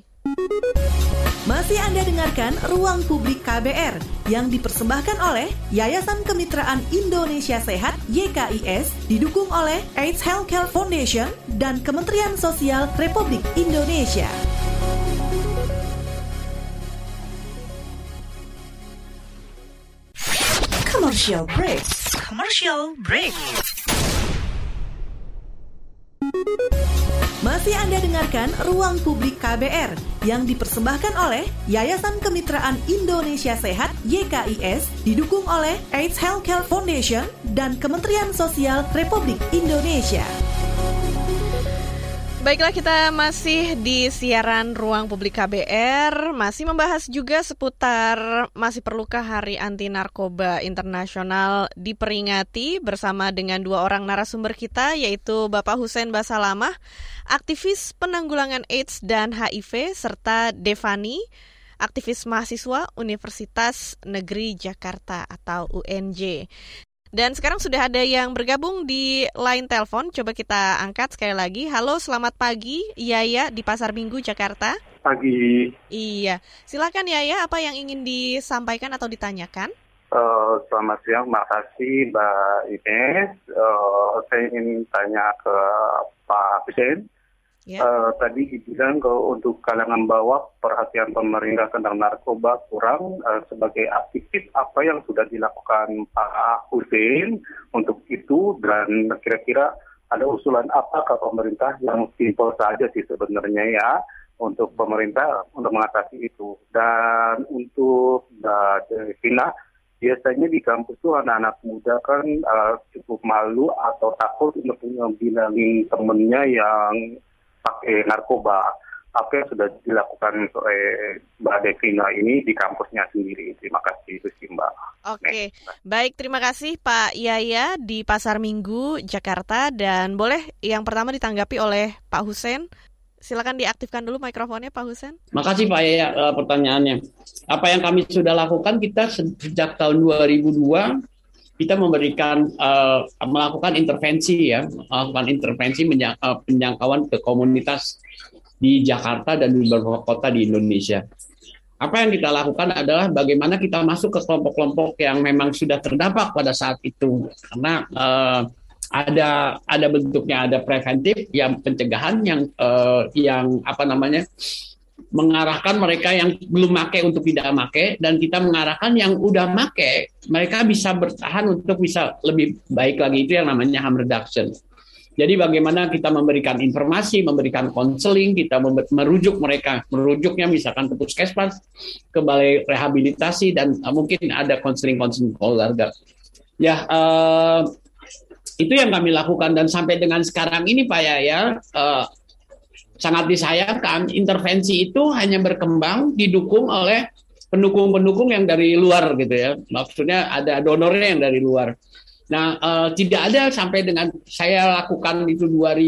Masih Anda dengarkan Ruang Publik KBR yang dipersembahkan oleh Yayasan Kemitraan Indonesia Sehat YKIS, didukung oleh AIDS Healthcare Foundation dan Kementerian Sosial Republik Indonesia. Commercial break. Commercial break. Masih Anda dengarkan Ruang Publik KBR yang dipersembahkan oleh Yayasan Kemitraan Indonesia Sehat YKIS, didukung oleh AIDS Healthcare Foundation dan Kementerian Sosial Republik Indonesia. Baiklah, kita masih di siaran Ruang Publik KBR, masih membahas juga seputar masih perlukah Hari Anti Narkoba Internasional diperingati bersama dengan dua orang narasumber kita, yaitu Bapak Husen Basalamah, aktivis penanggulangan AIDS dan HIV, serta Devani, aktivis mahasiswa Universitas Negeri Jakarta atau UNJ. Dan sekarang sudah ada yang bergabung di line telepon. Coba kita angkat sekali lagi. Halo, selamat pagi. Yaya di Pasar Minggu, Jakarta. Pagi. Iya. Silakan Yaya, apa yang ingin disampaikan atau ditanyakan? Selamat siang, makasih Mbak Ines. Saya ingin tanya ke Pak Husen. Tadi dibilang kalau untuk kalangan bawah perhatian pemerintah tentang narkoba kurang, sebagai aktivis apa yang sudah dilakukan Pak Husen untuk itu, dan kira-kira ada usulan apa ke pemerintah yang simpel saja sih sebenarnya ya untuk pemerintah untuk mengatasi itu. Dan untuk Mbak Devina, biasanya di kampus tuh anak-anak muda kan cukup malu atau takut untuk bilangin temennya yang pakai narkoba. Apa yang sudah dilakukan oleh Mbak Devina ini di kampusnya sendiri? Terima kasih, itu sih Mbak. Oke, baik, terima kasih Pak Yaya di Pasar Minggu, Jakarta. Dan boleh yang pertama ditanggapi oleh Pak Husen. Silakan diaktifkan dulu mikrofonnya Pak Husen. Makasih Pak Yaya pertanyaannya. Apa yang kami sudah lakukan, kita sejak tahun 2002 kita melakukan intervensi penjangkauan ke komunitas di Jakarta dan di beberapa kota di Indonesia. Apa yang kita lakukan adalah bagaimana kita masuk ke kelompok-kelompok yang memang sudah terdampak pada saat itu, karena ada bentuknya, ada preventif, yang pencegahan, yang mengarahkan mereka yang belum make untuk tidak make, dan kita mengarahkan yang udah make, mereka bisa bertahan untuk bisa lebih baik lagi. Itu yang namanya harm reduction. Jadi bagaimana kita memberikan informasi, memberikan konseling, kita merujuk mereka, merujuknya misalkan ke puskesmas, ke balai rehabilitasi, dan mungkin ada konseling keluarga. Ya, itu yang kami lakukan, dan sampai dengan sekarang ini Pak Yaya, sangat disayangkan intervensi itu hanya berkembang didukung oleh pendukung-pendukung yang dari luar gitu ya. Maksudnya ada donornya yang dari luar. Nah, tidak ada sampai dengan saya lakukan itu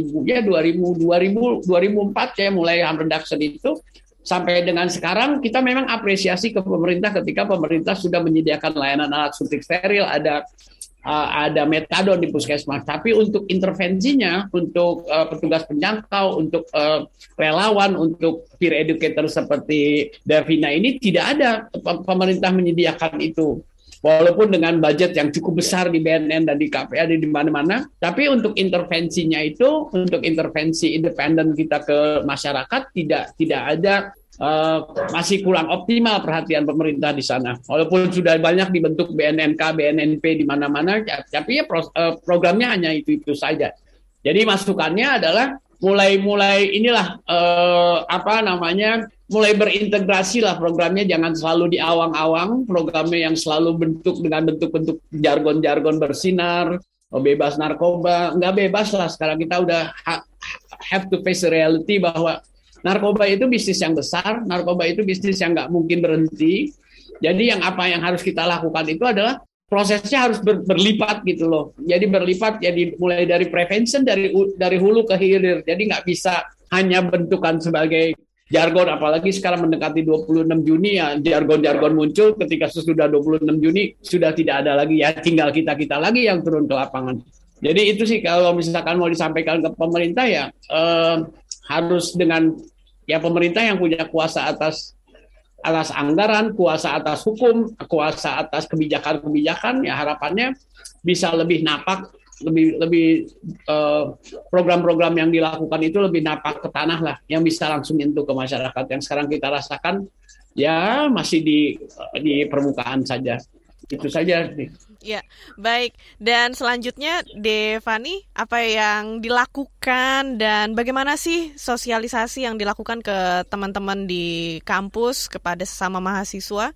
2004 ya mulai harm reduction itu, sampai dengan sekarang kita memang apresiasi ke pemerintah ketika pemerintah sudah menyediakan layanan alat suntik steril, ada metadon di puskesmas. Tapi untuk intervensinya, untuk petugas penjangkau, untuk relawan, untuk peer educator seperti Davina ini tidak ada pemerintah menyediakan itu. Walaupun dengan budget yang cukup besar di BNN dan di KPA di mana-mana, tapi untuk intervensinya itu, untuk intervensi independen kita ke masyarakat tidak ada, masih kurang optimal perhatian pemerintah di sana. Walaupun sudah banyak dibentuk BNNK, BNNP di mana-mana, tapi ya programnya hanya itu saja. Jadi masukannya adalah mulai inilah mulai berintegrasi lah programnya, jangan selalu di awang-awang, programnya yang selalu dengan bentuk-bentuk jargon-jargon bersinar, bebas narkoba, nggak bebas lah, sekarang kita udah have to face the reality bahwa narkoba itu bisnis yang besar, narkoba itu bisnis yang nggak mungkin berhenti. Jadi yang harus kita lakukan itu adalah prosesnya harus berlipat gitu loh. Jadi berlipat, jadi mulai dari prevention, dari hulu ke hilir. Jadi nggak bisa hanya bentukan sebagai jargon, apalagi sekarang mendekati 26 Juni ya, jargon-jargon muncul ketika sesudah 26 Juni sudah tidak ada lagi, ya tinggal kita lagi yang turun ke lapangan. Jadi itu sih kalau misalkan mau disampaikan ke pemerintah ya harus dengan ya pemerintah yang punya kuasa atas anggaran, kuasa atas hukum, kuasa atas kebijakan-kebijakan, ya harapannya bisa lebih napak, lebih program-program yang dilakukan itu lebih napak ke tanah lah, yang bisa langsung nyentuh ke masyarakat. Yang sekarang kita rasakan ya masih di permukaan saja. Itu saja. Ya, baik. Dan selanjutnya, Devani, apa yang dilakukan dan bagaimana sih sosialisasi yang dilakukan ke teman-teman di kampus kepada sesama mahasiswa?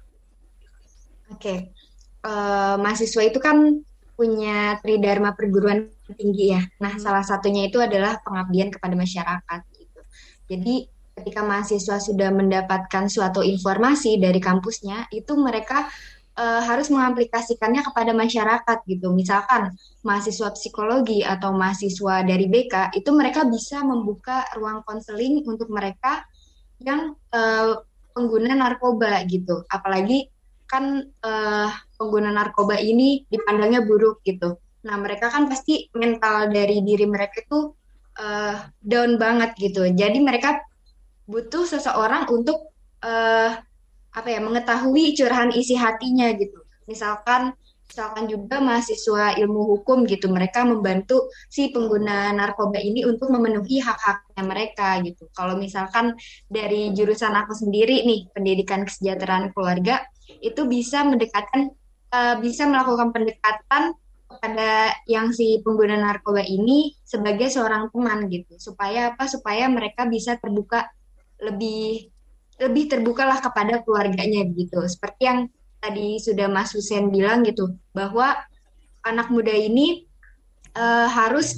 Oke, mahasiswa itu kan punya tridharma perguruan tinggi ya. Nah, salah satunya itu adalah pengabdian kepada masyarakat. Gitu. Jadi, ketika mahasiswa sudah mendapatkan suatu informasi dari kampusnya, itu mereka harus mengaplikasikannya kepada masyarakat gitu. Misalkan mahasiswa psikologi atau mahasiswa dari BK itu mereka bisa membuka ruang konseling untuk mereka yang pengguna narkoba gitu. Apalagi kan pengguna narkoba ini dipandangnya buruk gitu. Nah mereka kan pasti mental dari diri mereka itu down banget gitu. Jadi mereka butuh seseorang untuk mengetahui curahan isi hatinya gitu. Misalkan juga mahasiswa ilmu hukum gitu, mereka membantu si pengguna narkoba ini untuk memenuhi hak-haknya mereka gitu. Kalau misalkan dari jurusan aku sendiri nih, pendidikan kesejahteraan keluarga, itu bisa melakukan pendekatan kepada yang si pengguna narkoba ini sebagai seorang teman gitu. Supaya mereka bisa terbuka lebih terbukalah kepada keluarganya gitu. Seperti yang tadi sudah Mas Husen bilang gitu, bahwa anak muda ini harus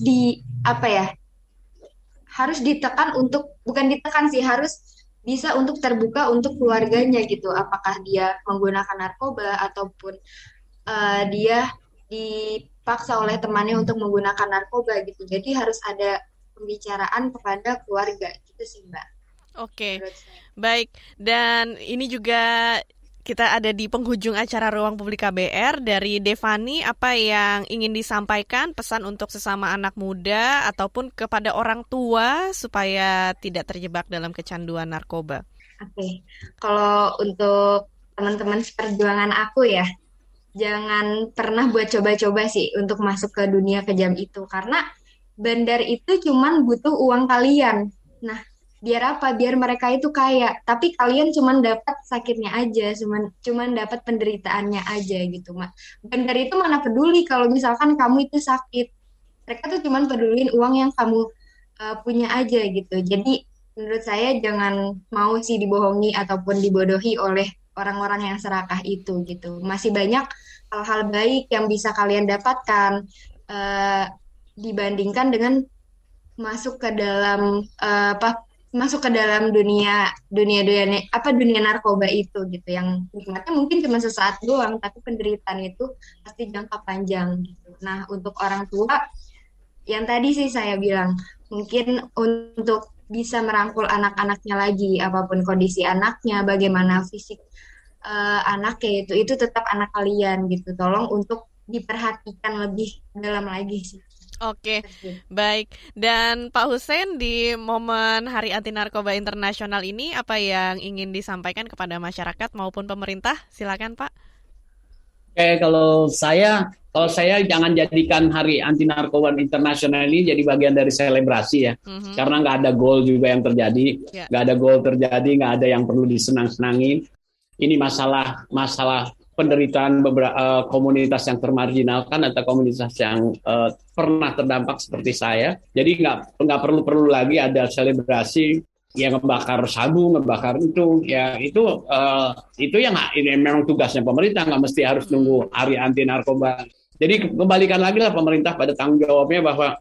ditekan untuk, bukan ditekan sih, harus bisa untuk terbuka untuk keluarganya gitu. Apakah dia menggunakan narkoba ataupun dia dipaksa oleh temannya untuk menggunakan narkoba gitu. Jadi harus ada pembicaraan kepada keluarga gitu sih Mbak. Oke, baik. Dan ini juga kita ada di penghujung acara Ruang Publik KBR. Dari Devani, apa yang ingin disampaikan pesan untuk sesama anak muda ataupun kepada orang tua supaya tidak terjebak dalam kecanduan narkoba? Oke, kalau untuk teman-teman seperjuangan aku ya, jangan pernah buat coba-coba sih untuk masuk ke dunia kejam itu. Karena bandar itu cuman butuh uang kalian. Nah, biar apa? Biar mereka itu kaya. Tapi kalian cuman dapat sakitnya aja, cuman dapat penderitaannya aja gitu, Mak. Bandar itu mana peduli kalau misalkan kamu itu sakit. Mereka tuh cuman peduliin uang yang kamu punya aja gitu. Jadi menurut saya jangan mau sih dibohongi ataupun dibodohi oleh orang-orang yang serakah itu gitu. Masih banyak hal-hal baik yang bisa kalian dapatkan dibandingkan dengan masuk ke dalam dunia narkoba itu gitu, yang nikmatnya mungkin cuma sesaat doang tapi penderitaan itu pasti jangka panjang gitu. Nah, untuk orang tua yang tadi sih saya bilang mungkin untuk bisa merangkul anak-anaknya lagi, apapun kondisi anaknya, bagaimana fisik anaknya itu tetap anak kalian gitu. Tolong untuk diperhatikan lebih dalam lagi sih. Oke, baik. Dan Pak Hussein, di momen Hari Anti Narkoba Internasional ini, apa yang ingin disampaikan kepada masyarakat maupun pemerintah? Silakan, Pak. Oke, kalau saya jangan jadikan Hari Anti Narkoba Internasional ini jadi bagian dari selebrasi ya. Karena nggak ada goal juga yang terjadi, nggak ada yang perlu disenang-senangin. Ini masalah penderitaan beberapa komunitas yang termarginalkan atau komunitas yang pernah terdampak seperti saya. Jadi nggak perlu lagi ada selebrasi yang ngebakar sabu, ngebakar itu. Ya itu yang ini memang tugasnya pemerintah, nggak mesti harus nunggu Hari Anti Narkoba. Jadi kembalikan lagi lah pemerintah pada tanggung jawabnya bahwa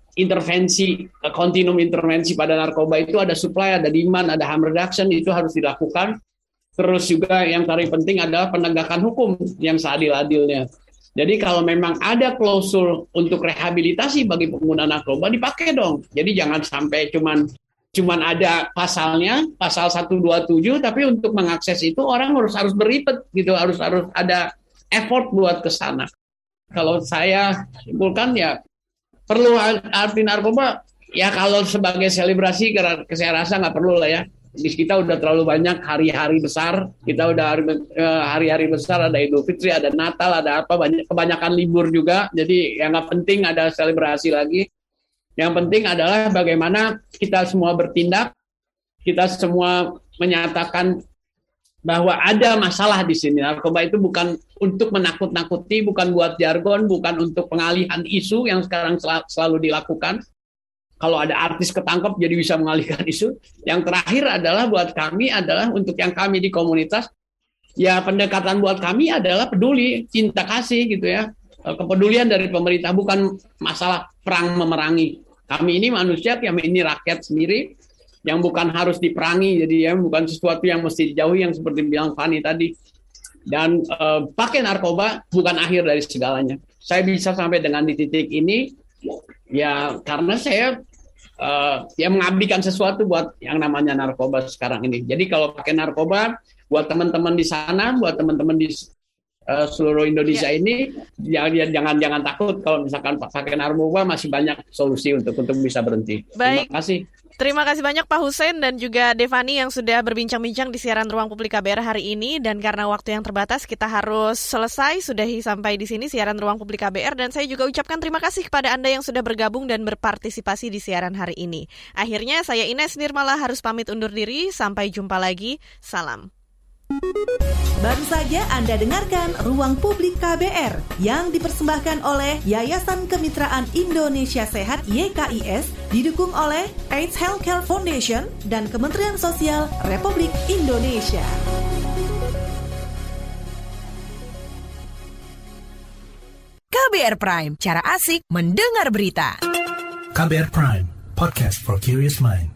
kontinum intervensi pada narkoba itu ada supply, ada demand, ada harm reduction, itu harus dilakukan. Terus juga yang paling penting adalah penegakan hukum yang seadil-adilnya. Jadi kalau memang ada klausul untuk rehabilitasi bagi pengguna narkoba, dipakai dong. Jadi jangan sampai cuman ada pasalnya, pasal 127, tapi untuk mengakses itu orang harus beribet gitu, harus ada effort buat ke sana. Kalau saya simpulkan ya perlu arti narkoba ya kalau sebagai selebrasi, saya rasa nggak perlu lah ya. Di kita udah terlalu banyak hari-hari besar, kita udah hari-hari besar, ada Idul Fitri, ada Natal, ada apa, kebanyakan libur juga, jadi yang nggak penting ada selebrasi lagi. Yang penting adalah bagaimana kita semua bertindak, kita semua menyatakan bahwa ada masalah di sini. Narkoba itu bukan untuk menakut-nakuti, bukan buat jargon, bukan untuk pengalihan isu yang sekarang selalu dilakukan. Kalau ada artis ketangkep jadi bisa mengalihkan isu. Yang terakhir adalah buat kami adalah untuk yang kami di komunitas, ya pendekatan buat kami adalah peduli, cinta kasih gitu ya. Kepedulian dari pemerintah, bukan masalah perang memerangi. Kami ini manusia, kami ini rakyat sendiri yang bukan harus diperangi, jadi ya bukan sesuatu yang mesti dijauhi yang seperti bilang Fani tadi. Dan pakai narkoba bukan akhir dari segalanya. Saya bisa sampai dengan di titik ini ya karena saya mengabdikan sesuatu buat yang namanya narkoba sekarang ini. Jadi kalau pakai narkoba, buat teman-teman di sana, buat teman-teman di seluruh Indonesia ini, jangan takut kalau misalkan pakai narkoba, masih banyak solusi untuk bisa berhenti. Baik. Terima kasih. Terima kasih banyak Pak Hussein dan juga Devani yang sudah berbincang-bincang di siaran Ruang Publik KBR hari ini. Dan karena waktu yang terbatas, kita harus sudahi sampai di sini siaran Ruang Publik KBR. Dan saya juga ucapkan terima kasih kepada Anda yang sudah bergabung dan berpartisipasi di siaran hari ini. Akhirnya saya Ines Nirmala harus pamit undur diri. Sampai jumpa lagi. Salam. Baru saja Anda dengarkan Ruang Publik KBR yang dipersembahkan oleh Yayasan Kemitraan Indonesia Sehat YKIS, didukung oleh AIDS Healthcare Foundation dan Kementerian Sosial Republik Indonesia. KBR Prime, cara asik mendengar berita. KBR Prime, podcast for curious mind.